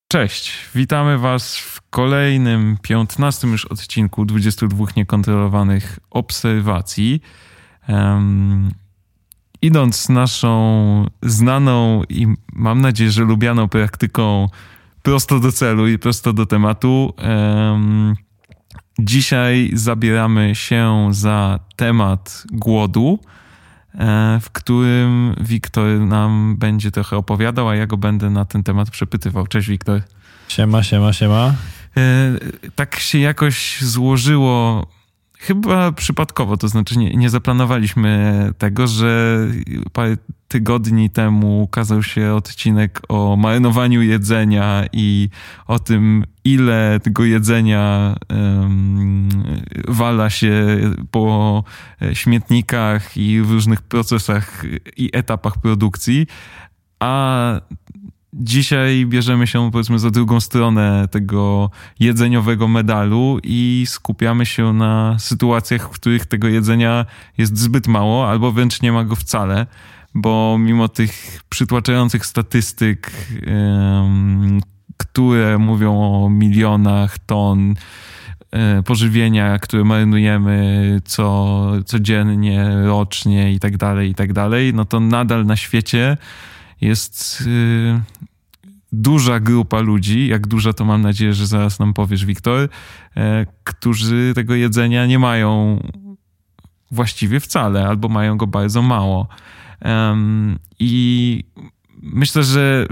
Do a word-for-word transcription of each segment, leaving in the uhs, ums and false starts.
Cześć, witamy Was w kolejnym, piętnastym już odcinku dwudziestu dwóch niekontrolowanych obserwacji. Um, idąc naszą znaną i mam nadzieję, że lubianą praktyką prosto do celu i prosto do tematu, um, dzisiaj zabieramy się za temat głodu, w którym Wiktor nam będzie trochę opowiadał, a ja go będę na ten temat przepytywał. Cześć, Wiktor. Siema, siema, siema. Tak się jakoś złożyło, chyba przypadkowo, to znaczy nie, nie zaplanowaliśmy tego, że parę tygodni temu ukazał się odcinek o marnowaniu jedzenia i o tym, ile tego jedzenia um, wala się po śmietnikach i w różnych procesach i etapach produkcji, a dzisiaj bierzemy się, powiedzmy, za drugą stronę tego jedzeniowego medalu i skupiamy się na sytuacjach, w których tego jedzenia jest zbyt mało albo wręcz nie ma go wcale, bo mimo tych przytłaczających statystyk, um, które mówią o milionach ton um, pożywienia, które marnujemy co, codziennie, rocznie i tak dalej, i tak dalej, no to nadal na świecie jest y, duża grupa ludzi, jak duża to mam nadzieję, że zaraz nam powiesz, Wiktor, y, którzy tego jedzenia nie mają właściwie wcale, albo mają go bardzo mało. Um, I myślę, że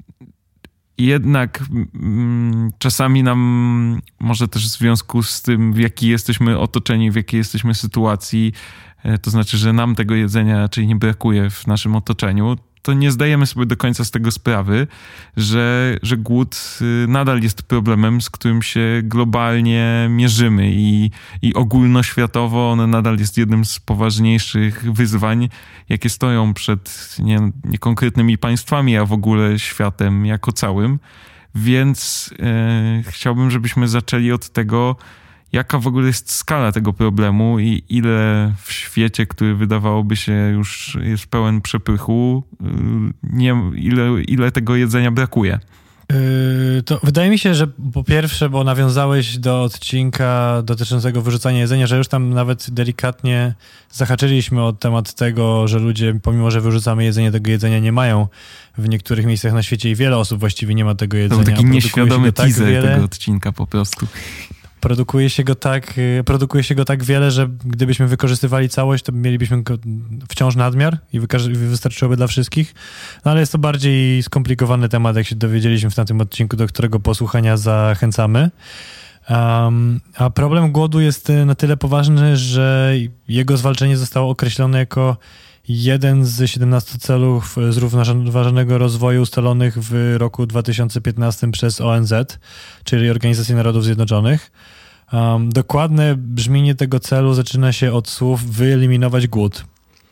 jednak mm, czasami nam, może też w związku z tym, w jakiej jesteśmy otoczeni, w jakiej jesteśmy sytuacji, y, to znaczy, że nam tego jedzenia raczej nie brakuje w naszym otoczeniu, to nie zdajemy sobie do końca z tego sprawy, że, że głód nadal jest problemem, z którym się globalnie mierzymy i, i ogólnoświatowo on nadal jest jednym z poważniejszych wyzwań, jakie stoją przed nie, nie konkretnymi państwami, a w ogóle światem jako całym. Więc e, chciałbym, żebyśmy zaczęli od tego, jaka w ogóle jest skala tego problemu i ile w świecie, który wydawałoby się już jest pełen przepychu, nie, ile, ile tego jedzenia brakuje? Yy, to wydaje mi się, że po pierwsze, bo nawiązałeś do odcinka dotyczącego wyrzucania jedzenia, że już tam nawet delikatnie zahaczyliśmy o temat tego, że ludzie, pomimo że wyrzucamy jedzenie, tego jedzenia nie mają w niektórych miejscach na świecie i wiele osób właściwie nie ma tego jedzenia. To był taki nieświadomy teaser tak wiele... tego odcinka po prostu. Produkuje się go tak, produkuje się go tak wiele, że gdybyśmy wykorzystywali całość, to mielibyśmy go wciąż nadmiar i wystarczyłoby dla wszystkich. No ale jest to bardziej skomplikowany temat, jak się dowiedzieliśmy w tamtym odcinku, do którego posłuchania zachęcamy. Um, a problem głodu jest na tyle poważny, że jego zwalczenie zostało określone jako jeden z siedemnastu celów zrównoważonego rozwoju ustalonych w roku dwa tysiące piętnastym przez O N Z, czyli Organizację Narodów Zjednoczonych. Um, dokładne brzmienie tego celu zaczyna się od słów wyeliminować głód.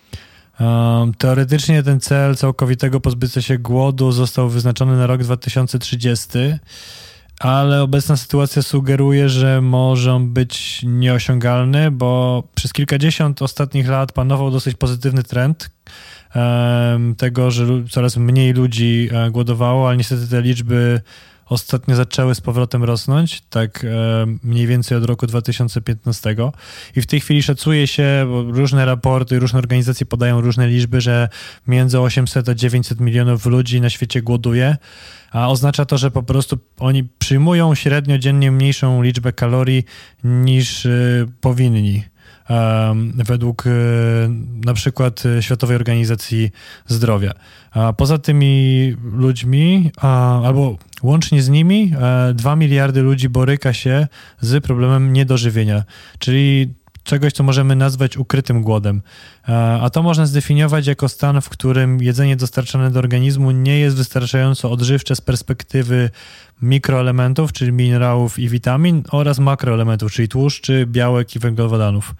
Um, teoretycznie ten cel całkowitego pozbycia się głodu został wyznaczony na rok dwa tysiące trzydziesty, ale obecna sytuacja sugeruje, że może on być nieosiągalny, bo przez kilkadziesiąt ostatnich lat panował dosyć pozytywny trend um, tego, że coraz mniej ludzi głodowało, ale niestety te liczby ostatnio zaczęły z powrotem rosnąć, tak um, mniej więcej od roku dwa tysiące piętnastego. I w tej chwili szacuje się, bo różne raporty, różne organizacje podają różne liczby, że między osiemset a dziewięćset milionów ludzi na świecie głoduje, a oznacza to, że po prostu oni przyjmują średnio dziennie mniejszą liczbę kalorii niż y, powinni. Um, według y, na przykład Światowej Organizacji Zdrowia. A poza tymi ludźmi, a, albo łącznie z nimi, a, dwa miliardy ludzi boryka się z problemem niedożywienia, czyli czegoś, co możemy nazwać ukrytym głodem. A to można zdefiniować jako stan, w którym jedzenie dostarczane do organizmu nie jest wystarczająco odżywcze z perspektywy mikroelementów, czyli minerałów i witamin, oraz makroelementów, czyli tłuszczy, białek i węglowodanów.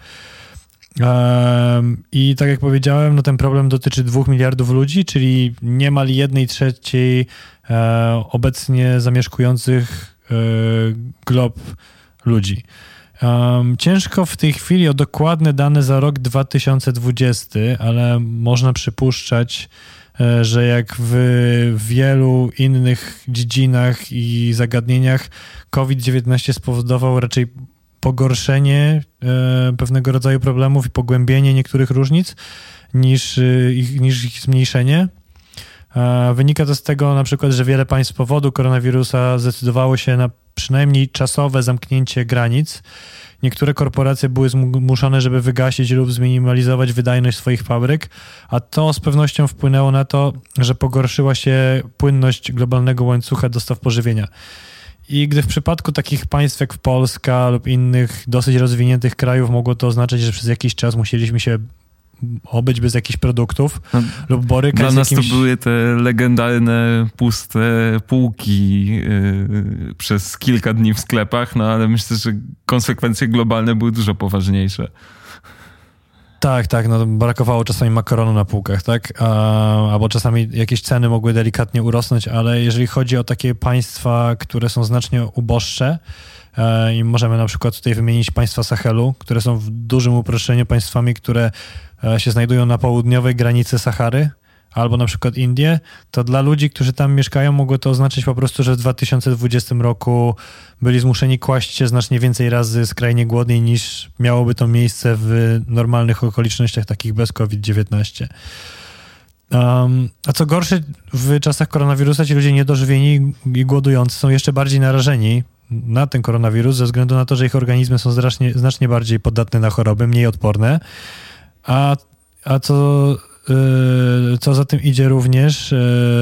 I tak jak powiedziałem, no ten problem dotyczy dwóch miliardów ludzi, czyli niemal jednej trzeciej obecnie zamieszkujących glob ludzi. Um, ciężko w tej chwili o dokładne dane za rok dwa tysiące dwudziesty, ale można przypuszczać, że jak w wielu innych dziedzinach i zagadnieniach kowid dziewiętnaście spowodował raczej pogorszenie pewnego rodzaju problemów i pogłębienie niektórych różnic niż ich, niż ich zmniejszenie. Wynika to z tego na przykład, że wiele państw z powodu koronawirusa zdecydowało się na przynajmniej czasowe zamknięcie granic. Niektóre korporacje były zmuszone, żeby wygasić lub zminimalizować wydajność swoich fabryk, a to z pewnością wpłynęło na to, że pogorszyła się płynność globalnego łańcucha dostaw pożywienia. I gdy w przypadku takich państw jak Polska lub innych dosyć rozwiniętych krajów mogło to oznaczać, że przez jakiś czas musieliśmy się obyć bez jakichś produktów no, lub borykać dla z nas jakimś... to były te legendarne puste półki yy, przez kilka dni w sklepach, no ale myślę, że konsekwencje globalne były dużo poważniejsze. Tak, tak, no brakowało czasami makaronu na półkach, tak? A, albo czasami jakieś ceny mogły delikatnie urosnąć, ale jeżeli chodzi o takie państwa, które są znacznie uboższe, e, i możemy na przykład tutaj wymienić państwa Sahelu, które są w dużym uproszczeniu państwami, które e, się znajdują na południowej granicy Sahary, albo na przykład Indie, to dla ludzi, którzy tam mieszkają, mogło to oznaczać po prostu, że w dwa tysiące dwudziestym roku byli zmuszeni kłaść się znacznie więcej razy skrajnie głodniej niż miałoby to miejsce w normalnych okolicznościach takich bez kowid dziewiętnaście. Um, a co gorsze, w czasach koronawirusa ci ludzie niedożywieni i głodujący są jeszcze bardziej narażeni na ten koronawirus ze względu na to, że ich organizmy są znacznie, znacznie bardziej podatne na choroby, mniej odporne, a, a co... co za tym idzie również,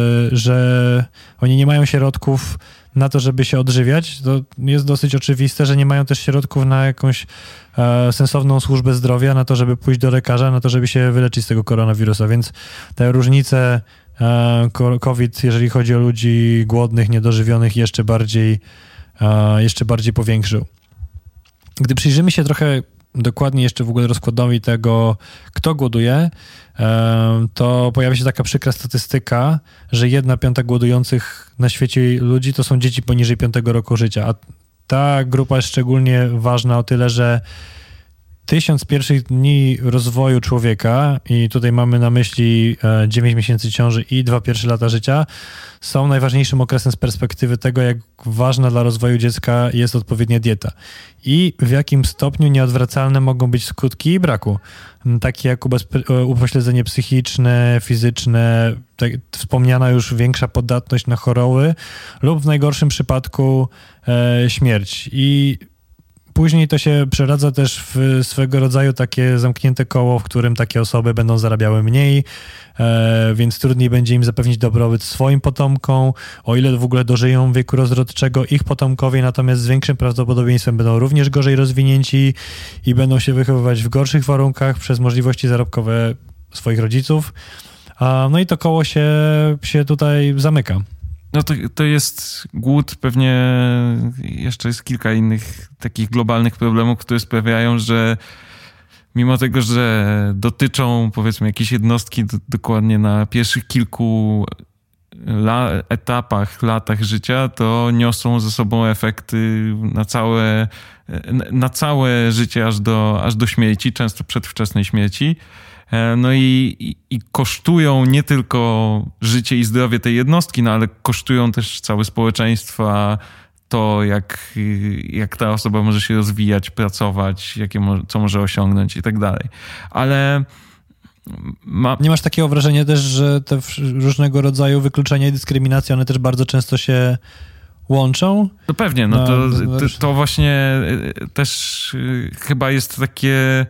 że oni nie mają środków na to, żeby się odżywiać. To jest dosyć oczywiste, że nie mają też środków na jakąś sensowną służbę zdrowia, na to, żeby pójść do lekarza, na to, żeby się wyleczyć z tego koronawirusa, więc te różnice COVID, jeżeli chodzi o ludzi głodnych, niedożywionych, jeszcze bardziej, jeszcze bardziej powiększył. Gdy przyjrzymy się trochę dokładnie jeszcze w ogóle rozkładowi tego, kto głoduje, to pojawia się taka przykra statystyka, że jedna piąta głodujących na świecie ludzi to są dzieci poniżej piątego roku życia, a ta grupa jest szczególnie ważna o tyle, że tysiąc pierwszych dni rozwoju człowieka, i tutaj mamy na myśli dziewięć miesięcy ciąży i dwa pierwsze lata życia, są najważniejszym okresem z perspektywy tego, jak ważna dla rozwoju dziecka jest odpowiednia dieta i w jakim stopniu nieodwracalne mogą być skutki jej braku, takie jak upośledzenie psychiczne, fizyczne, tak, wspomniana już większa podatność na choroby lub w najgorszym przypadku e, śmierć. I później to się przeradza też w swego rodzaju takie zamknięte koło, w którym takie osoby będą zarabiały mniej, e, więc trudniej będzie im zapewnić dobrobyt swoim potomkom, o ile w ogóle dożyją wieku rozrodczego. Ich potomkowie natomiast z większym prawdopodobieństwem będą również gorzej rozwinięci i będą się wychowywać w gorszych warunkach przez możliwości zarobkowe swoich rodziców. A, no i to koło się, się tutaj zamyka. No to, to jest głód, pewnie jeszcze jest kilka innych takich globalnych problemów, które sprawiają, że mimo tego, że dotyczą powiedzmy jakiejś jednostki do, dokładnie na pierwszych kilku la, etapach, latach życia, to niosą ze sobą efekty na całe, na całe życie aż do, aż do śmierci, często przedwczesnej śmierci. No i, i, i kosztują nie tylko życie i zdrowie tej jednostki, no ale kosztują też całe społeczeństwa, to jak, jak ta osoba może się rozwijać, pracować, jakie mo- co może osiągnąć i tak dalej. Ale ma... Nie masz takiego wrażenia też, że te różnego rodzaju wykluczenia i dyskryminacje, one też bardzo często się łączą? No pewnie, no to, to, to właśnie też chyba jest takie...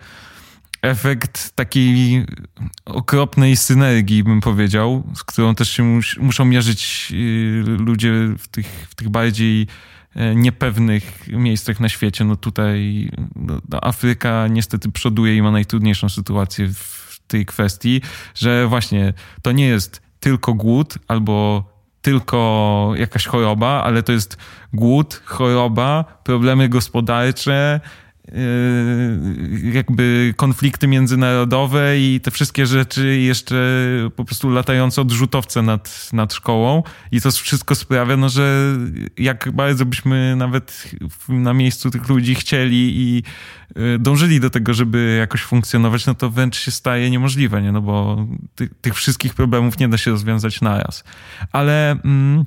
efekt takiej okropnej synergii, bym powiedział, z którą też się mus, muszą mierzyć ludzie w tych, w tych bardziej niepewnych miejscach na świecie. No tutaj no, Afryka niestety przoduje i ma najtrudniejszą sytuację w tej kwestii, że właśnie to nie jest tylko głód albo tylko jakaś choroba, ale to jest głód, choroba, problemy gospodarcze, jakby konflikty międzynarodowe i te wszystkie rzeczy jeszcze po prostu latające odrzutowce nad, nad szkołą i to wszystko sprawia, no, że jak bardzo byśmy nawet na miejscu tych ludzi chcieli i dążyli do tego, żeby jakoś funkcjonować, no to wręcz się staje niemożliwe, nie? No bo ty, tych wszystkich problemów nie da się rozwiązać naraz. Ale mm,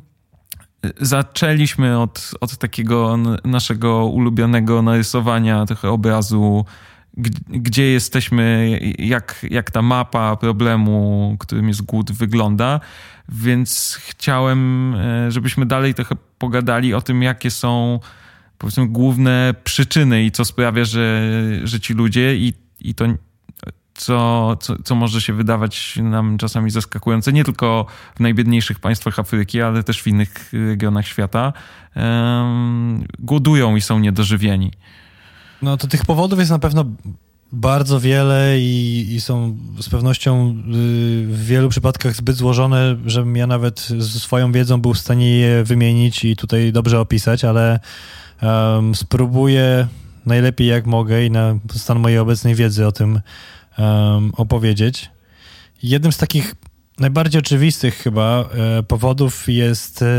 zaczęliśmy od, od takiego naszego ulubionego narysowania trochę obrazu, gdzie jesteśmy, jak, jak ta mapa problemu, którym jest głód, wygląda. Więc chciałem, żebyśmy dalej trochę pogadali o tym, jakie są, powiedzmy, główne przyczyny i co sprawia, że, że ci ludzie i, i to Co, co, co może się wydawać nam czasami zaskakujące, nie tylko w najbiedniejszych państwach Afryki, ale też w innych regionach świata, um, głodują i są niedożywieni. No to tych powodów jest na pewno bardzo wiele i, i są z pewnością w wielu przypadkach zbyt złożone, żebym ja nawet ze swoją wiedzą był w stanie je wymienić i tutaj dobrze opisać, ale um, spróbuję najlepiej jak mogę i na stan mojej obecnej wiedzy o tym Um, opowiedzieć. Jednym z takich najbardziej oczywistych chyba e, powodów jest, e,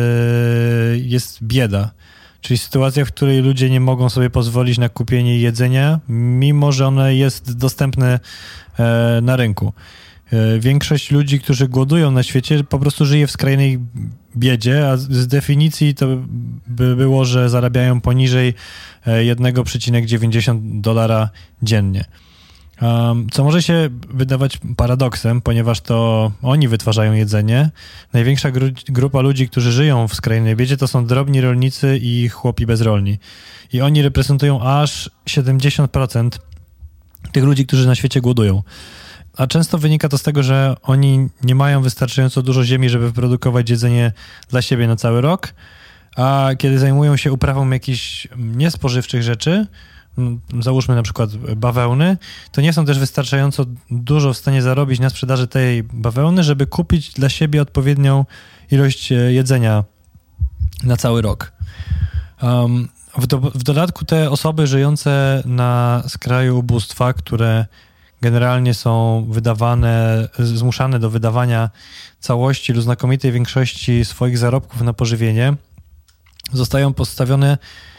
jest bieda, czyli sytuacja, w której ludzie nie mogą sobie pozwolić na kupienie jedzenia, mimo że ono jest dostępne e, na rynku. E, większość ludzi, którzy głodują na świecie, po prostu żyje w skrajnej biedzie, a z, z definicji to by było, że zarabiają poniżej jeden przecinek dziewięćdziesiąt dolara dziennie. Um, co może się wydawać paradoksem, ponieważ to oni wytwarzają jedzenie. Największa gru- grupa ludzi, którzy żyją w skrajnej biedzie, to są drobni rolnicy i chłopi bezrolni. I oni reprezentują aż siedemdziesiąt procent tych ludzi, którzy na świecie głodują. A często wynika to z tego, że oni nie mają wystarczająco dużo ziemi, żeby wyprodukować jedzenie dla siebie na cały rok, a kiedy zajmują się uprawą jakichś niespożywczych rzeczy, załóżmy na przykład bawełny, to nie są też wystarczająco dużo w stanie zarobić na sprzedaży tej bawełny, żeby kupić dla siebie odpowiednią ilość jedzenia na cały rok. Um, w, do, w dodatku te osoby żyjące na skraju ubóstwa, które generalnie są wydawane, zmuszane do wydawania całości lub znakomitej większości swoich zarobków na pożywienie, zostają postawione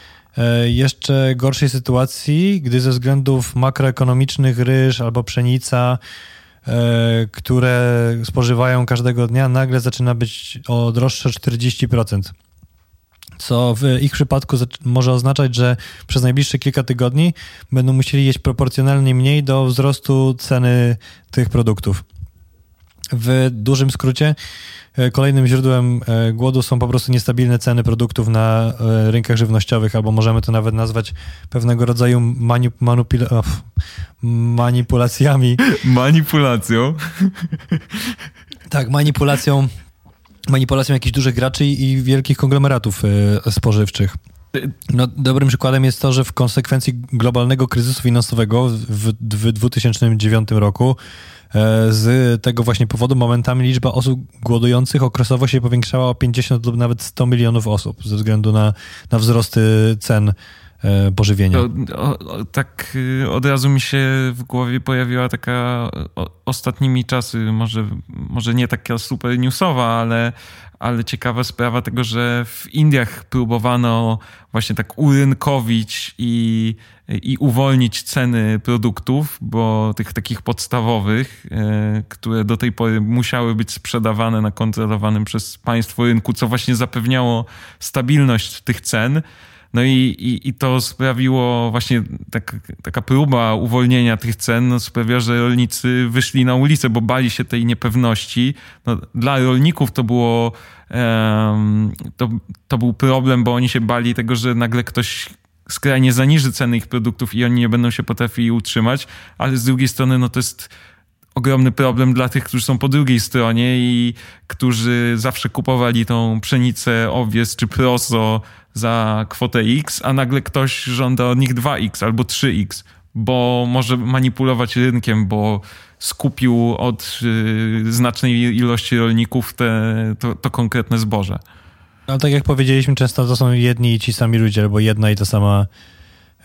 jeszcze gorszej sytuacji, gdy ze względów makroekonomicznych ryż albo pszenica, które spożywają każdego dnia, nagle zaczyna być o droższe czterdzieści procent. Co w ich przypadku może oznaczać, że przez najbliższe kilka tygodni będą musieli jeść proporcjonalnie mniej do wzrostu ceny tych produktów. W dużym skrócie kolejnym źródłem głodu są po prostu niestabilne ceny produktów na rynkach żywnościowych, albo możemy to nawet nazwać pewnego rodzaju manip- manipula- oh, manipulacjami. Manipulacją? Tak, manipulacją, manipulacją jakichś dużych graczy i wielkich konglomeratów spożywczych. No, dobrym przykładem jest to, że w konsekwencji globalnego kryzysu finansowego w, w dwa tysiące dziewiątym roku z tego właśnie powodu momentami liczba osób głodujących okresowo się powiększała o pięćdziesiąt lub nawet sto milionów osób ze względu na, na wzrosty cen pożywienia. To, o, o, tak od razu mi się w głowie pojawiła taka o, ostatnimi czasy, może, może nie taka super newsowa, ale, ale ciekawa sprawa tego, że w Indiach próbowano właśnie tak urynkowić i, i uwolnić ceny produktów, bo tych takich podstawowych, e, które do tej pory musiały być sprzedawane na kontrolowanym przez państwo rynku, co właśnie zapewniało stabilność tych cen. No i, i, i to sprawiło właśnie tak, taka próba uwolnienia tych cen, no sprawia, że rolnicy wyszli na ulicę, bo bali się tej niepewności. No, dla rolników to było um, to, to był problem, bo oni się bali tego, że nagle ktoś skrajnie zaniży ceny ich produktów i oni nie będą się potrafili utrzymać, ale z drugiej strony no to jest ogromny problem dla tych, którzy są po drugiej stronie i którzy zawsze kupowali tą pszenicę, owiec czy proso za kwotę X, a nagle ktoś żąda od nich dwa X albo trzy X, bo może manipulować rynkiem, bo skupił od y, znacznej ilości rolników te, to, to konkretne zboże. No tak jak powiedzieliśmy, często to są jedni i ci sami ludzie, albo jedna i ta sama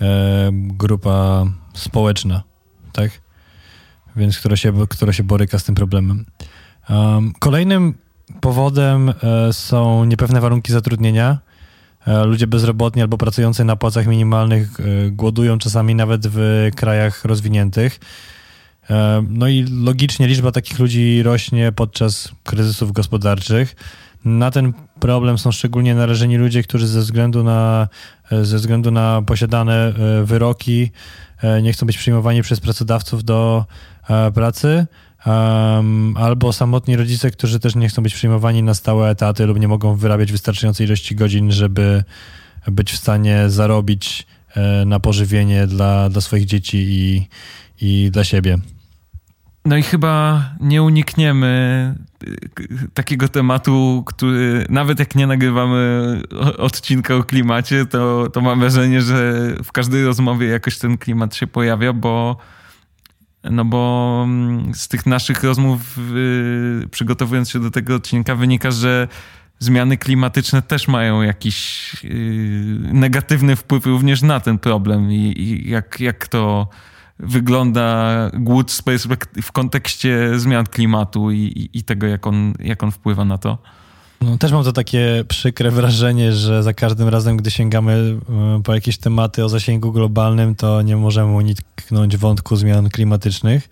grupa społeczna, tak? Więc która się, która się boryka z tym problemem. Um, kolejnym powodem e, są niepewne warunki zatrudnienia. E, ludzie bezrobotni albo pracujący na płacach minimalnych e, głodują czasami nawet w krajach rozwiniętych. E, no i logicznie liczba takich ludzi rośnie podczas kryzysów gospodarczych. Na ten problem są szczególnie narażeni ludzie, którzy ze względu na, ze względu na posiadane wyroki nie chcą być przyjmowani przez pracodawców do pracy, um, albo samotni rodzice, którzy też nie chcą być przyjmowani na stałe etaty lub nie mogą wyrabiać wystarczającej ilości godzin, żeby być w stanie zarobić na pożywienie dla, dla swoich dzieci i, i dla siebie. No i chyba nie unikniemy takiego tematu, który nawet jak nie nagrywamy odcinka o klimacie, to, to mam wrażenie, że w każdej rozmowie jakoś ten klimat się pojawia, bo no bo z tych naszych rozmów yy, przygotowując się do tego odcinka wynika, że zmiany klimatyczne też mają jakiś yy, negatywny wpływ również na ten problem i, i jak, jak to wygląda głód z perspektyw- w kontekście zmian klimatu i, i, i tego, jak on, jak on wpływa na to. No, też mam to takie przykre wrażenie, że za każdym razem, gdy sięgamy po jakieś tematy o zasięgu globalnym, to nie możemy uniknąć wątku zmian klimatycznych.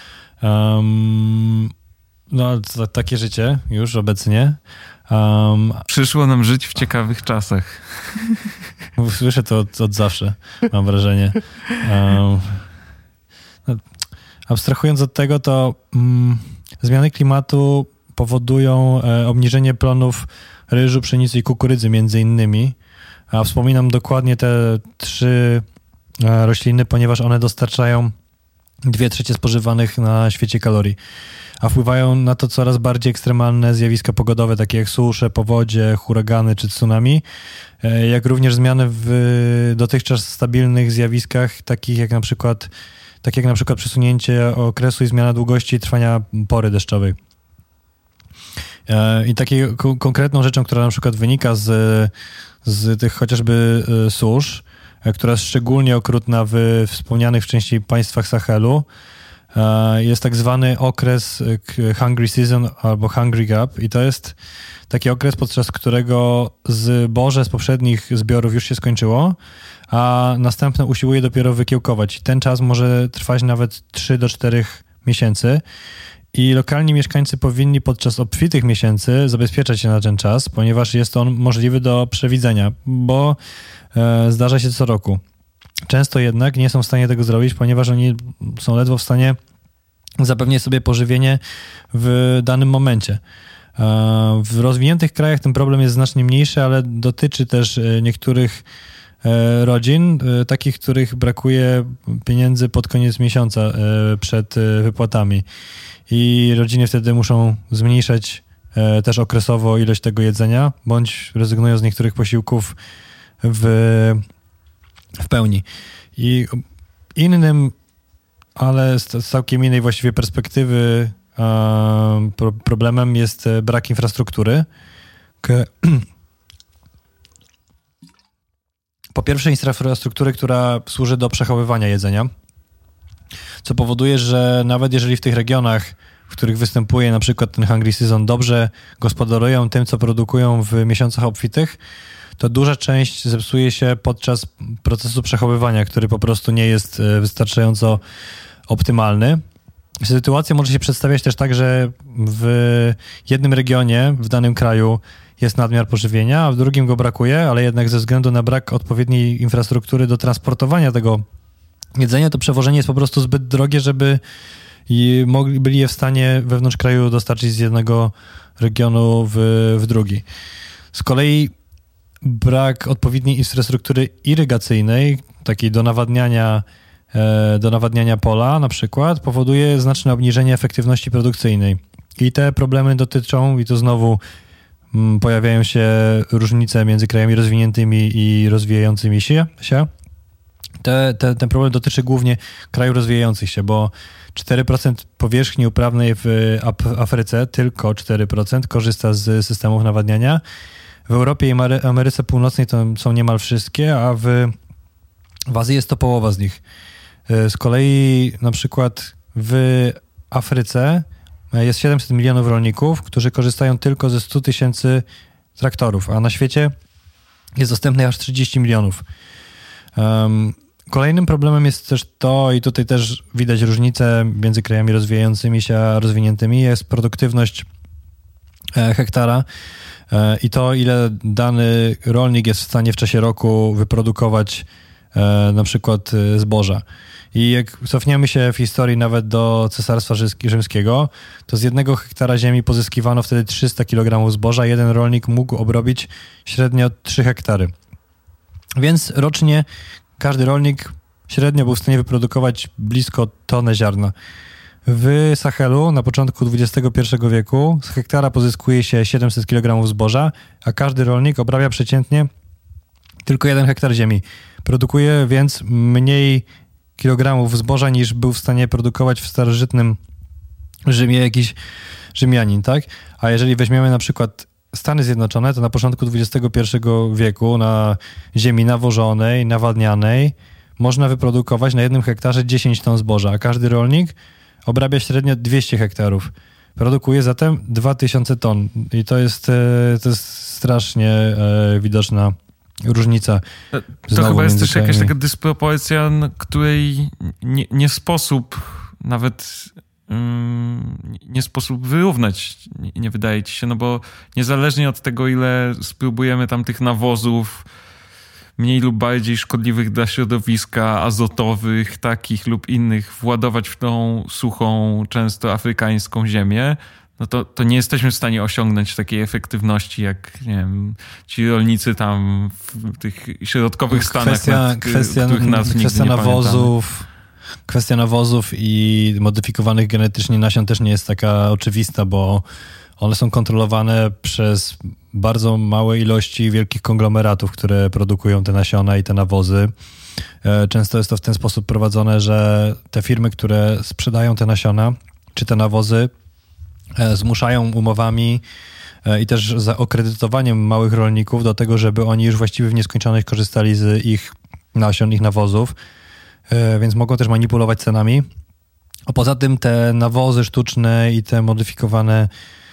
Um, no, to, takie życie już obecnie. Um, Przyszło nam żyć w ciekawych czasach. Słyszę to od, od zawsze, mam wrażenie. Um, no, abstrahując od tego, to mm, zmiany klimatu powodują e, obniżenie plonów ryżu, pszenicy i kukurydzy między innymi. A wspominam dokładnie te trzy e, rośliny, ponieważ one dostarczają dwie trzecie spożywanych na świecie kalorii. A wpływają na to coraz bardziej ekstremalne zjawiska pogodowe, takie jak susze, powodzie, huragany czy tsunami, e, jak również zmiany w dotychczas stabilnych zjawiskach, takich jak na przykład, tak jak na przykład przesunięcie okresu i zmiana długości trwania pory deszczowej. I taką konkretną rzeczą, która na przykład wynika z, z tych chociażby susz, która jest szczególnie okrutna w wspomnianych wcześniej państwach Sahelu, jest tak zwany okres hungry season albo hungry gap i to jest taki okres, podczas którego zboże z poprzednich zbiorów już się skończyło, a następne usiłuje dopiero wykiełkować. Ten czas może trwać nawet trzy do czterech miesięcy. I lokalni mieszkańcy powinni podczas obfitych miesięcy zabezpieczać się na ten czas, ponieważ jest on możliwy do przewidzenia, bo e, zdarza się co roku. Często jednak nie są w stanie tego zrobić, ponieważ oni są ledwo w stanie zapewnić sobie pożywienie w danym momencie. E, w rozwiniętych krajach ten problem jest znacznie mniejszy, ale dotyczy też niektórych e, rodzin, e, takich, których brakuje pieniędzy pod koniec miesiąca e, przed e, wypłatami. I rodziny wtedy muszą zmniejszać e, też okresowo ilość tego jedzenia, bądź rezygnują z niektórych posiłków w, w pełni. I innym, ale z, z całkiem innej właściwie perspektywy e, pro, problemem jest brak infrastruktury. K- po pierwsze infrastruktury, która służy do przechowywania jedzenia, co powoduje, że nawet jeżeli w tych regionach, w których występuje na przykład ten hungry season, dobrze gospodarują tym, co produkują w miesiącach obfitych, to duża część zepsuje się podczas procesu przechowywania, który po prostu nie jest wystarczająco optymalny. Sytuacja może się przedstawiać też tak, że w jednym regionie, w danym kraju jest nadmiar pożywienia, a w drugim go brakuje, ale jednak ze względu na brak odpowiedniej infrastruktury do transportowania tego jedzenia, to przewożenie jest po prostu zbyt drogie, żeby i mogli, byli je w stanie wewnątrz kraju dostarczyć z jednego regionu w, w drugi. Z kolei brak odpowiedniej infrastruktury irygacyjnej, takiej do nawadniania, e, do nawadniania pola na przykład, powoduje znaczne obniżenie efektywności produkcyjnej. I te problemy dotyczą, i to znowu m, pojawiają się różnice między krajami rozwiniętymi i rozwijającymi się. się. Te, te, ten problem dotyczy głównie krajów rozwijających się, bo cztery procent powierzchni uprawnej w Afryce, tylko cztery procent korzysta z systemów nawadniania. W Europie i Ameryce Północnej to są niemal wszystkie, a w W Azji jest to połowa z nich. Z kolei na przykład w Afryce jest siedemset milionów rolników, którzy korzystają tylko ze stu tysięcy traktorów, a na świecie jest dostępnych aż trzydzieści milionów. Um, kolejnym problemem jest też to, i tutaj też widać różnicę między krajami rozwijającymi się a rozwiniętymi, jest produktywność e, hektara e, i to, ile dany rolnik jest w stanie w czasie roku wyprodukować e, na przykład e, zboża. I jak cofniemy się w historii nawet do Cesarstwa Rzymskiego, to z jednego hektara ziemi pozyskiwano wtedy trzysta kilogramów zboża. Jeden rolnik mógł obrobić średnio trzy hektary. Więc rocznie każdy rolnik średnio był w stanie wyprodukować blisko tonę ziarna. W Sahelu na początku dwudziestego pierwszego wieku z hektara pozyskuje się siedemset kilogramów zboża, a każdy rolnik obrabia przeciętnie tylko jeden hektar ziemi. Produkuje więc mniej kilogramów zboża niż był w stanie produkować w starożytnym Rzymie jakiś Rzymianin, tak? A jeżeli weźmiemy na przykład Stany Zjednoczone, to na początku dwudziestego pierwszego wieku na ziemi nawożonej, nawadnianej można wyprodukować na jednym hektarze dziesięć ton zboża, a każdy rolnik obrabia średnio dwieście hektarów. Produkuje zatem dwa tysiące ton i to jest, to jest strasznie widoczna różnica. To chyba jest też jakaś taka dysproporcja, której nie, nie sposób nawet um, nie sposób wyrównać, nie, nie wydaje ci się, no bo niezależnie od tego, ile spróbujemy tam tych nawozów mniej lub bardziej szkodliwych dla środowiska, azotowych, takich lub innych, władować w tą suchą, często afrykańską ziemię, no to, to nie jesteśmy w stanie osiągnąć takiej efektywności, jak nie wiem, ci rolnicy tam w tych środkowych kwestia, Stanach, nad, kwestia, których nazw kwestia nigdy nie nawozów, pamiętamy. Kwestia nawozów i modyfikowanych genetycznie nasion też nie jest taka oczywista, bo one są kontrolowane przez bardzo małe ilości wielkich konglomeratów, które produkują te nasiona i te nawozy. Często jest to w ten sposób prowadzone, że te firmy, które sprzedają te nasiona czy te nawozy, zmuszają umowami i też za okredytowaniem małych rolników do tego, żeby oni już właściwie w nieskończoność korzystali z ich nasion, ich nawozów, więc mogą też manipulować cenami. A poza tym te nawozy sztuczne i te modyfikowane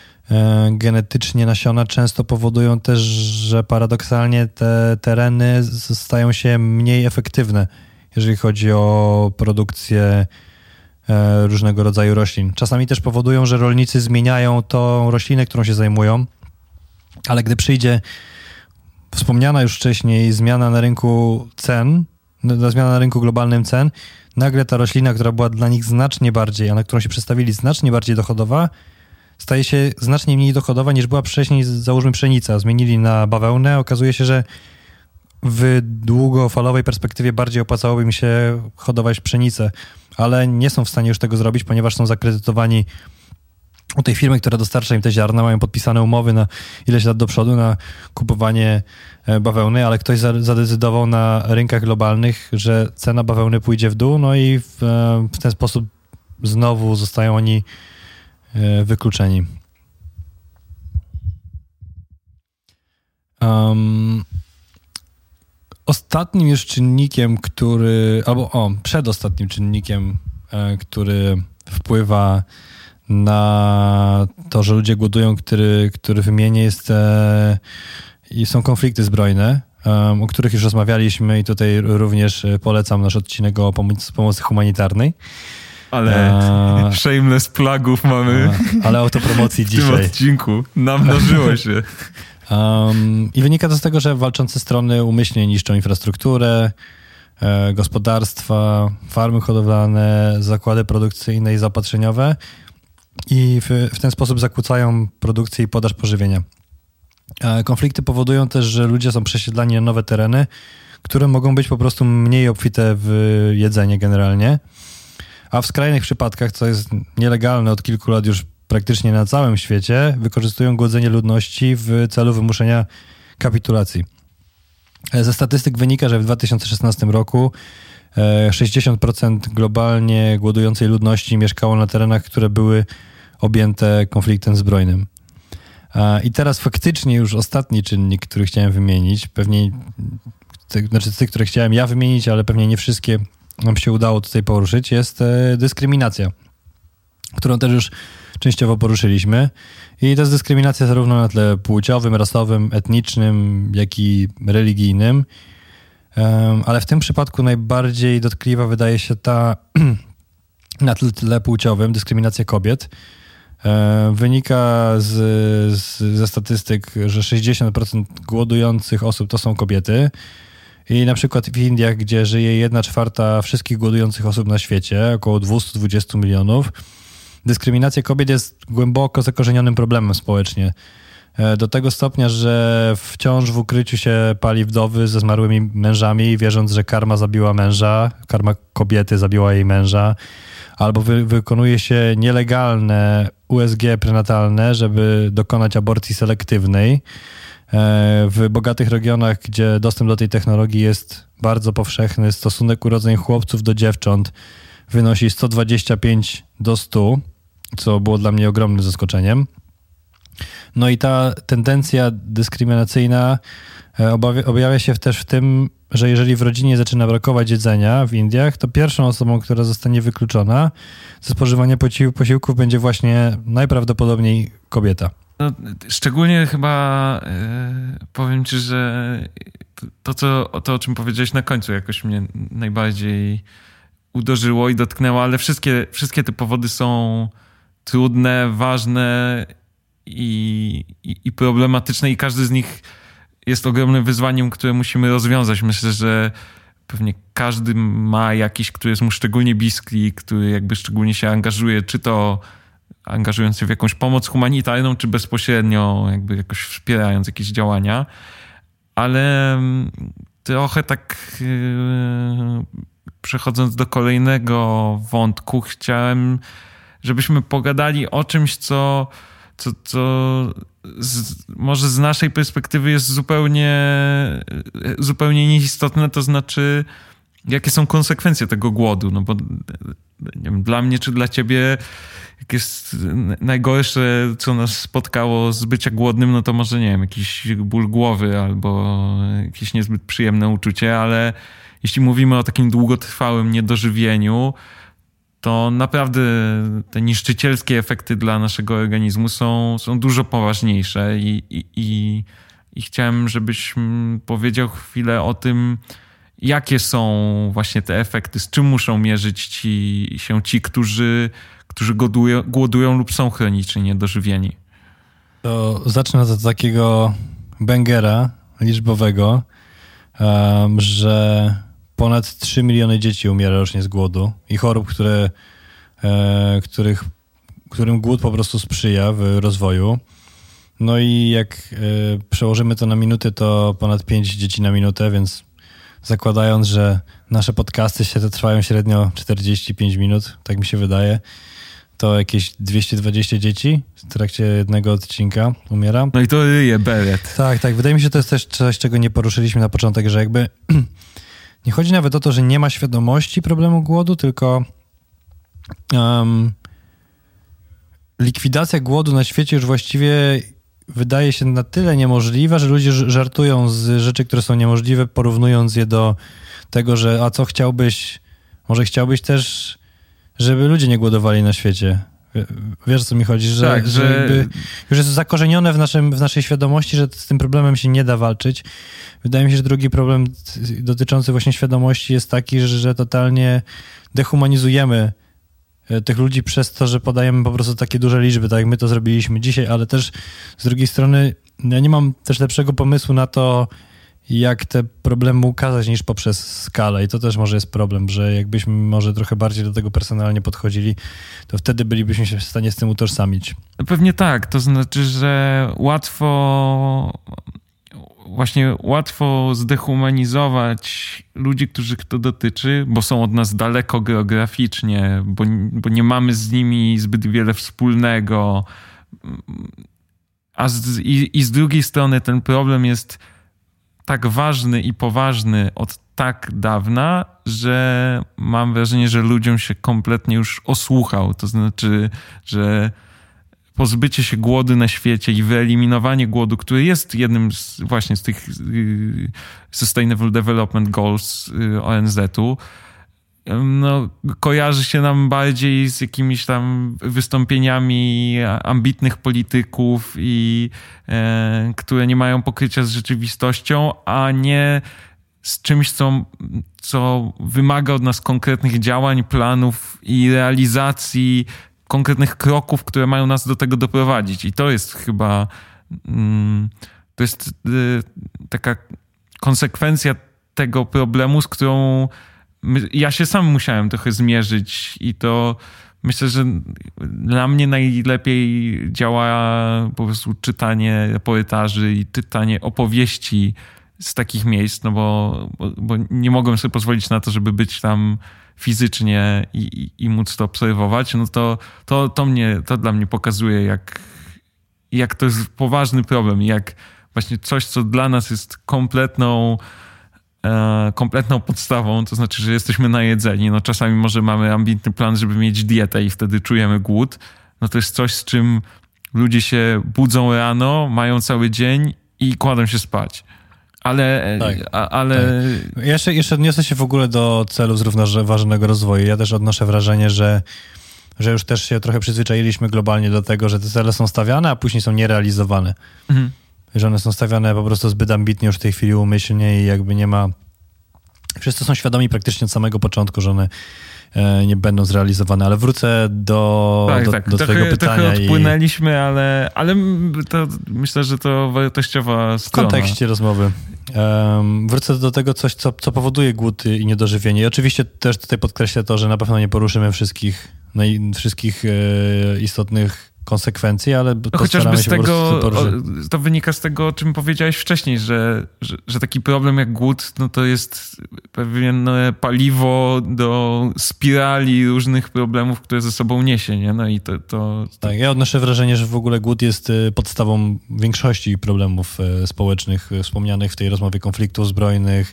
genetycznie nasiona często powodują też, że paradoksalnie te tereny stają się mniej efektywne, jeżeli chodzi o produkcję różnego rodzaju roślin. Czasami też powodują, że rolnicy zmieniają tą roślinę, którą się zajmują, ale gdy przyjdzie wspomniana już wcześniej zmiana na rynku cen, zmiana na rynku globalnym cen, nagle ta roślina, która była dla nich znacznie bardziej, a na którą się przestawili znacznie bardziej dochodowa, staje się znacznie mniej dochodowa niż była wcześniej, załóżmy pszenica. Zmienili na bawełnę, okazuje się, że w długofalowej perspektywie bardziej opłacałoby mi się hodować pszenicę, ale nie są w stanie już tego zrobić, ponieważ są zakredytowani u tej firmy, która dostarcza im te ziarna, mają podpisane umowy na ileś lat do przodu na kupowanie bawełny, ale ktoś zadecydował na rynkach globalnych, że cena bawełny pójdzie w dół, no i w, w ten sposób znowu zostają oni wykluczeni. Um, ostatnim już czynnikiem, który, albo o, przedostatnim czynnikiem, e, który wpływa na to, że ludzie głodują, który, który wymienię, jest, e, i są konflikty zbrojne, um, o których już rozmawialiśmy i tutaj również polecam nasz odcinek o pomocy, pomocy humanitarnej. Ale a, shameless plugów mamy. A, ale autopromocji w dzisiaj. W tym odcinku namnożyło się. Um, I wynika to z tego, że walczące strony umyślnie niszczą infrastrukturę, e, gospodarstwa, farmy hodowlane, zakłady produkcyjne i zaopatrzeniowe i w, w ten sposób zakłócają produkcję i podaż pożywienia. E, konflikty powodują też, że ludzie są przesiedlani na nowe tereny, które mogą być po prostu mniej obfite w jedzenie generalnie. A w skrajnych przypadkach, co jest nielegalne od kilku lat już praktycznie na całym świecie, wykorzystują głodzenie ludności w celu wymuszenia kapitulacji. Ze statystyk wynika, że w dwa tysiące szesnastym roku sześćdziesiąt procent globalnie głodującej ludności mieszkało na terenach, które były objęte konfliktem zbrojnym. I teraz faktycznie już ostatni czynnik, który chciałem wymienić, pewnie tych, znaczy z tych, które chciałem ja wymienić, ale pewnie nie wszystkie nam się udało tutaj poruszyć, jest dyskryminacja, którą też już częściowo poruszyliśmy. I to jest dyskryminacja zarówno na tle płciowym, rasowym, etnicznym, jak i religijnym. Um, ale w tym przypadku najbardziej dotkliwa wydaje się ta na tle płciowym, dyskryminacja kobiet. Um, wynika z, z, ze statystyk, że sześćdziesiąt procent głodujących osób to są kobiety. I na przykład w Indiach, gdzie żyje jedna czwarta wszystkich głodujących osób na świecie, około dwieście dwadzieścia milionów, dyskryminacja kobiet jest głęboko zakorzenionym problemem społecznie. Do tego stopnia, że wciąż w ukryciu się pali wdowy ze zmarłymi mężami, wierząc, że karma zabiła męża, karma kobiety zabiła jej męża, albo wy, wykonuje się nielegalne U S G prenatalne, żeby dokonać aborcji selektywnej. W bogatych regionach, gdzie dostęp do tej technologii jest bardzo powszechny, stosunek urodzeń chłopców do dziewcząt wynosi sto dwadzieścia pięć do stu, co było dla mnie ogromnym zaskoczeniem. No i ta tendencja dyskryminacyjna obawia, objawia się też w tym, że jeżeli w rodzinie zaczyna brakować jedzenia w Indiach, to pierwszą osobą, która zostanie wykluczona ze spożywania posiłków będzie właśnie najprawdopodobniej kobieta. No, szczególnie chyba yy, powiem ci, że to, co, to, o czym powiedziałeś na końcu, jakoś mnie najbardziej uderzyło i dotknęło, ale wszystkie, wszystkie te powody są trudne, ważne i, i, i problematyczne i każdy z nich jest ogromnym wyzwaniem, które musimy rozwiązać. Myślę, że pewnie każdy ma jakiś, który jest mu szczególnie bliski, który jakby szczególnie się angażuje, czy to angażując się w jakąś pomoc humanitarną, czy bezpośrednio jakby jakoś wspierając jakieś działania. Ale trochę tak yy, przechodząc do kolejnego wątku, chciałem, żebyśmy pogadali o czymś, co, co, co z, może z naszej perspektywy jest zupełnie, zupełnie nieistotne, to znaczy jakie są konsekwencje tego głodu, no bo nie wiem, dla mnie czy dla ciebie jak jest najgorsze, co nas spotkało z bycia głodnym, no to może, nie wiem, jakiś ból głowy albo jakieś niezbyt przyjemne uczucie, ale jeśli mówimy o takim długotrwałym niedożywieniu, to naprawdę te niszczycielskie efekty dla naszego organizmu są, są dużo poważniejsze i, i, i, i chciałem, żebyś powiedział chwilę o tym, jakie są właśnie te efekty, z czym muszą mierzyć ci, się ci, którzy, którzy głodują, głodują lub są chronicznie niedożywieni. To zacznę od takiego bangera liczbowego, um, że ponad trzy miliony dzieci umiera rocznie z głodu i chorób, które, e, których, którym głód po prostu sprzyja w rozwoju. No i jak e, przełożymy to na minuty, to ponad pięć dzieci na minutę, więc zakładając, że nasze podcasty się to trwają średnio czterdzieści pięć minut, tak mi się wydaje, to jakieś dwieście dwadzieścia dzieci w trakcie jednego odcinka umiera. No i to ryje beret. Tak, tak. Wydaje mi się, że to jest też coś, czego nie poruszyliśmy na początek, że jakby nie chodzi nawet o to, że nie ma świadomości problemu głodu, tylko um, likwidacja głodu na świecie już właściwie wydaje się na tyle niemożliwa, że ludzie żartują z rzeczy, które są niemożliwe, porównując je do tego, że a co chciałbyś, może chciałbyś też, żeby ludzie nie głodowali na świecie. Wiesz, o co mi chodzi? Że, tak, że, że... Jakby już jest zakorzenione w, naszym, w naszej świadomości, że z tym problemem się nie da walczyć. Wydaje mi się, że drugi problem dotyczący właśnie świadomości jest taki, że, że totalnie dehumanizujemy tych ludzi przez to, że podajemy po prostu takie duże liczby, tak jak my to zrobiliśmy dzisiaj, ale też z drugiej strony ja nie mam też lepszego pomysłu na to, jak te problemy ukazać niż poprzez skalę i to też może jest problem, że jakbyśmy może trochę bardziej do tego personalnie podchodzili, to wtedy bylibyśmy się w stanie z tym utożsamić. Pewnie tak, to znaczy, że łatwo właśnie łatwo zdehumanizować ludzi, których to dotyczy, bo są od nas daleko geograficznie, bo, bo nie mamy z nimi zbyt wiele wspólnego, a z, i, i z drugiej strony ten problem jest tak ważny i poważny od tak dawna, że mam wrażenie, że ludziom się kompletnie już osłuchał. To znaczy, że pozbycie się głodu na świecie i wyeliminowanie głodu, który jest jednym z, właśnie z tych y, Sustainable Development Goals y, O N Z-u, no, kojarzy się nam bardziej z jakimiś tam wystąpieniami ambitnych polityków, i e, które nie mają pokrycia z rzeczywistością, a nie z czymś, co, co wymaga od nas konkretnych działań, planów i realizacji konkretnych kroków, które mają nas do tego doprowadzić. I to jest chyba mm, to jest y, taka konsekwencja tego problemu, z którą my, ja się sam musiałem trochę zmierzyć, i to myślę, że dla mnie najlepiej działa po prostu czytanie reportaży i czytanie opowieści z takich miejsc, no bo, bo, bo nie mogłem sobie pozwolić na to, żeby być tam fizycznie i, i, i móc to obserwować. No to, to, to, mnie, to dla mnie pokazuje, jak, jak to jest poważny problem, jak właśnie coś, co dla nas jest kompletną e, kompletną podstawą, to znaczy, że jesteśmy najedzeni. No czasami może mamy ambitny plan, żeby mieć dietę i wtedy czujemy głód. No to jest coś, z czym ludzie się budzą rano, mają cały dzień i kładą się spać. Ale... Tak, a, ale... tak. Jeszcze, jeszcze odniosę się w ogóle do celu zrównoważonego rozwoju. Ja też odnoszę wrażenie, że, że już też się trochę przyzwyczailiśmy globalnie do tego, że te cele są stawiane, a później są nierealizowane. Mhm. Że one są stawiane po prostu zbyt ambitnie już w tej chwili umyślnie i jakby nie ma... Wszyscy są świadomi praktycznie od samego początku, że one nie będą zrealizowane, ale wrócę do, tak, do, tak. do trochę, twojego pytania. Trochę odpłynęliśmy, i... ale, ale to myślę, że to wartościowa strona. W kontekście rozmowy. Um, wrócę do tego coś, co, co powoduje głód i niedożywienie. I oczywiście też tutaj podkreślę to, że na pewno nie poruszymy wszystkich, naj, wszystkich e, istotnych konsekwencji, ale no chociażby z się tego, o, to wynika z tego, o czym powiedziałeś wcześniej, że, że, że taki problem jak głód, no to jest pewne paliwo do spirali różnych problemów, które ze sobą niesie, nie? No i to, to, to... Tak, ja odnoszę wrażenie, że w ogóle głód jest podstawą większości problemów społecznych wspomnianych w tej rozmowie, konfliktów zbrojnych,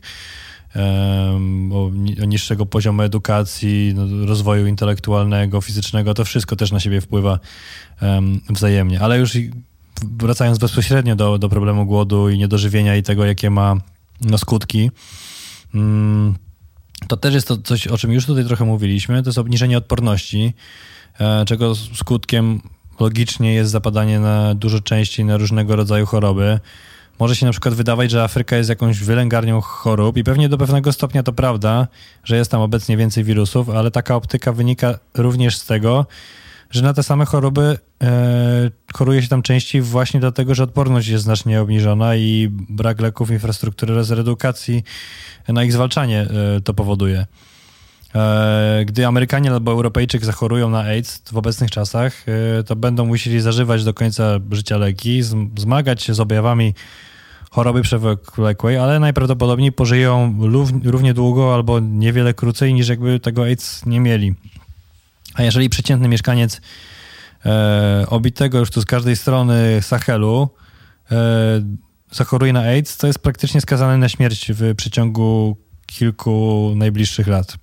o niższego poziomu edukacji, no, rozwoju intelektualnego, fizycznego, to wszystko też na siebie wpływa um, wzajemnie. Ale już wracając bezpośrednio do, do problemu głodu i niedożywienia i tego, jakie ma no, skutki, um, to też jest to coś, o czym już tutaj trochę mówiliśmy, to jest obniżenie odporności, e, czego skutkiem logicznie jest zapadanie na dużo częściej na różnego rodzaju choroby. Może się na przykład wydawać, że Afryka jest jakąś wylęgarnią chorób i pewnie do pewnego stopnia to prawda, że jest tam obecnie więcej wirusów, ale taka optyka wynika również z tego, że na te same choroby e, choruje się tam częściej właśnie dlatego, że odporność jest znacznie obniżona i brak leków, infrastruktury oraz edukacji na ich zwalczanie e, to powoduje. E, gdy Amerykanie albo Europejczyk zachorują na AIDS w obecnych czasach, e, to będą musieli zażywać do końca życia leki, zmagać się z objawami choroby przewlekłej, ale najprawdopodobniej pożyją równie długo albo niewiele krócej niż jakby tego AIDS nie mieli. A jeżeli przeciętny mieszkaniec e, obitego już tu z każdej strony Sahelu e, zachoruje na AIDS, to jest praktycznie skazany na śmierć w przeciągu kilku najbliższych lat.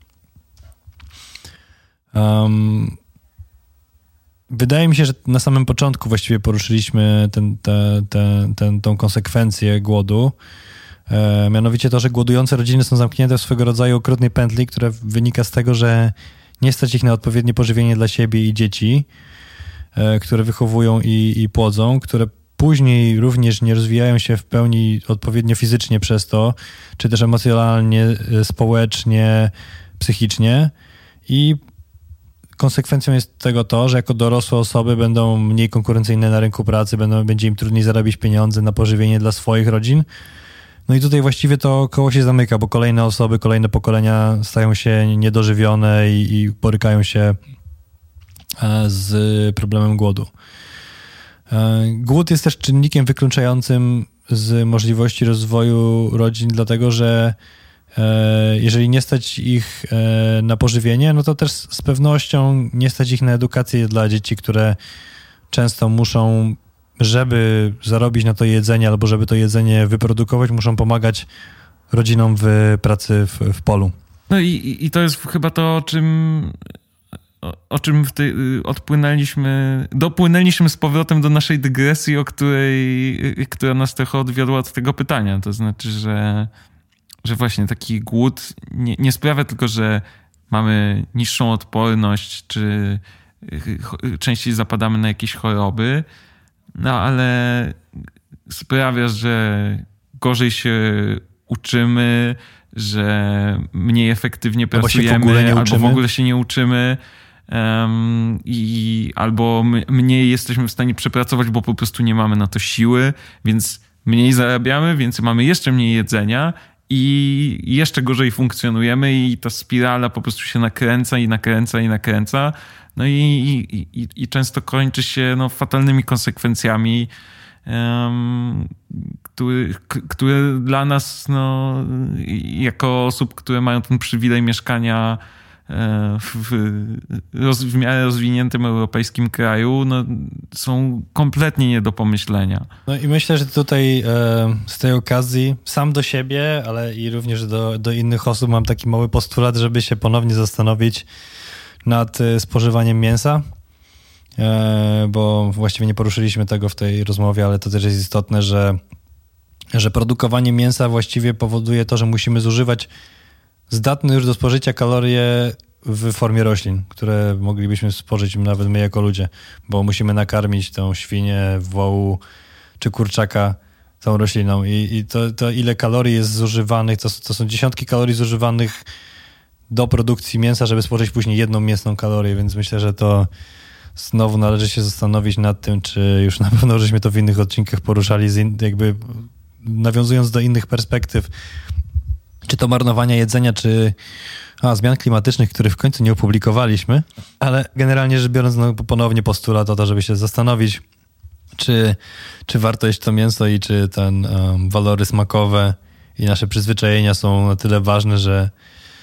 Um, wydaje mi się, że na samym początku właściwie poruszyliśmy ten, te, te, ten, tą konsekwencję głodu. E, mianowicie to, że głodujące rodziny są zamknięte w swego rodzaju okrutnej pętli, która wynika z tego, że nie stać ich na odpowiednie pożywienie dla siebie i dzieci, e, które wychowują i, i płodzą, które później również nie rozwijają się w pełni odpowiednio fizycznie przez to, czy też emocjonalnie, społecznie, psychicznie. I konsekwencją jest tego to, że jako dorosłe osoby będą mniej konkurencyjne na rynku pracy, będą, będzie im trudniej zarabiać pieniądze na pożywienie dla swoich rodzin. No i tutaj właściwie to koło się zamyka, bo kolejne osoby, kolejne pokolenia stają się niedożywione i, i borykają się z problemem głodu. Głód jest też czynnikiem wykluczającym z możliwości rozwoju rodzin, dlatego że jeżeli nie stać ich na pożywienie, no to też z pewnością nie stać ich na edukację dla dzieci, które często muszą, żeby zarobić na to jedzenie albo żeby to jedzenie wyprodukować, muszą pomagać rodzinom w pracy w, w polu. No i, i to jest chyba to, o czym o, o czym w tej, odpłynęliśmy, dopłynęliśmy z powrotem do naszej dygresji, o której, która nas trochę odwiodła od tego pytania. To znaczy, że, że właśnie taki głód nie, nie sprawia tylko, że mamy niższą odporność, czy częściej zapadamy na jakieś choroby, no ale sprawia, że gorzej się uczymy, że mniej efektywnie albo pracujemy, się w ogóle nie albo uczymy. w ogóle się nie uczymy, um, i albo mniej jesteśmy w stanie przepracować, bo po prostu nie mamy na to siły, więc mniej zarabiamy, więc mamy jeszcze mniej jedzenia i jeszcze gorzej funkcjonujemy i ta spirala po prostu się nakręca i nakręca i nakręca. No i, i, i, i często kończy się no, fatalnymi konsekwencjami, um, które, które dla nas, no, jako osób, które mają ten przywilej mieszkania w, roz, w miarę rozwiniętym europejskim kraju, no, są kompletnie nie do pomyślenia. No i myślę, że tutaj e, z tej okazji sam do siebie, ale i również do, do innych osób mam taki mały postulat, żeby się ponownie zastanowić nad spożywaniem mięsa, e, bo właściwie nie poruszyliśmy tego w tej rozmowie, ale to też jest istotne, że, że produkowanie mięsa właściwie powoduje to, że musimy zużywać zdatne już do spożycia kalorie w formie roślin, które moglibyśmy spożyć nawet my jako ludzie, bo musimy nakarmić tą świnię, wołu czy kurczaka tą rośliną i, i to, to ile kalorii jest zużywanych, to, to są dziesiątki kalorii zużywanych do produkcji mięsa, żeby spożyć później jedną mięsną kalorię, więc myślę, że to znowu należy się zastanowić nad tym, czy już na pewno żeśmy to w innych odcinkach poruszali, z in, jakby nawiązując do innych perspektyw, czy to marnowania jedzenia, czy a, zmian klimatycznych, których w końcu nie opublikowaliśmy, ale generalnie rzecz biorąc, no, ponownie postulat o to, żeby się zastanowić, czy, czy warto jeść to mięso i czy ten um, walory smakowe i nasze przyzwyczajenia są na tyle ważne, że,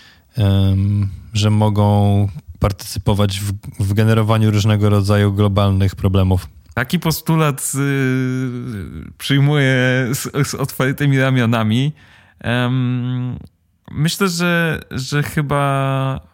um, że mogą partycypować w, w generowaniu różnego rodzaju globalnych problemów. Taki postulat y, przyjmuję z, z otwartymi ramionami. Um, myślę, że, że chyba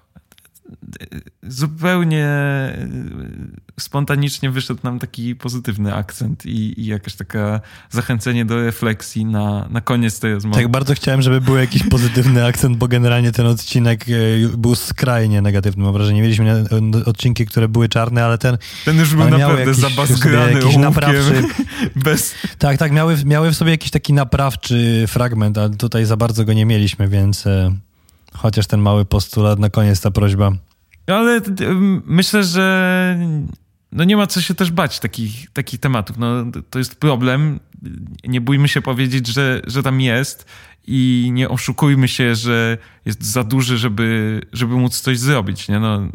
zupełnie spontanicznie wyszedł nam taki pozytywny akcent i, i jakaś taka zachęcenie do refleksji na, na koniec tej rozmowy. Tak, bardzo chciałem, żeby był jakiś pozytywny akcent, bo generalnie ten odcinek był skrajnie negatywny. Mam wrażenie, mieliśmy odcinki, które były czarne, ale ten... Ten już był naprawdę zabazgrany jakiś naprawczy. Bez... Tak, tak, miały, miały w sobie jakiś taki naprawczy fragment, a tutaj za bardzo go nie mieliśmy, więc... Chociaż ten mały postulat, na koniec ta prośba. Ale myślę, że no nie ma co się też bać takich, takich tematów. No, to jest problem. Nie bójmy się powiedzieć, że, że tam jest i nie oszukujmy się, że jest za duży, żeby, żeby móc coś zrobić. Nie? No,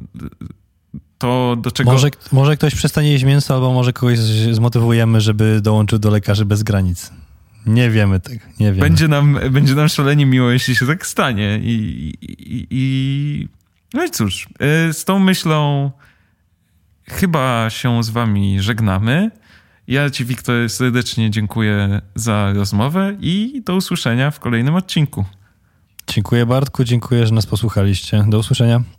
to do czego... Może, może ktoś przestanie jeść mięso, albo może kogoś zmotywujemy, żeby dołączył do Lekarzy Bez Granic. Nie wiemy tego, nie wiemy. Będzie nam, będzie nam szalenie miło, jeśli się tak stanie. I, i, i... No i cóż, z tą myślą chyba się z wami żegnamy. Ja ci, Wiktor, serdecznie dziękuję za rozmowę i do usłyszenia w kolejnym odcinku. Dziękuję, Bartku, dziękuję, że nas posłuchaliście. Do usłyszenia.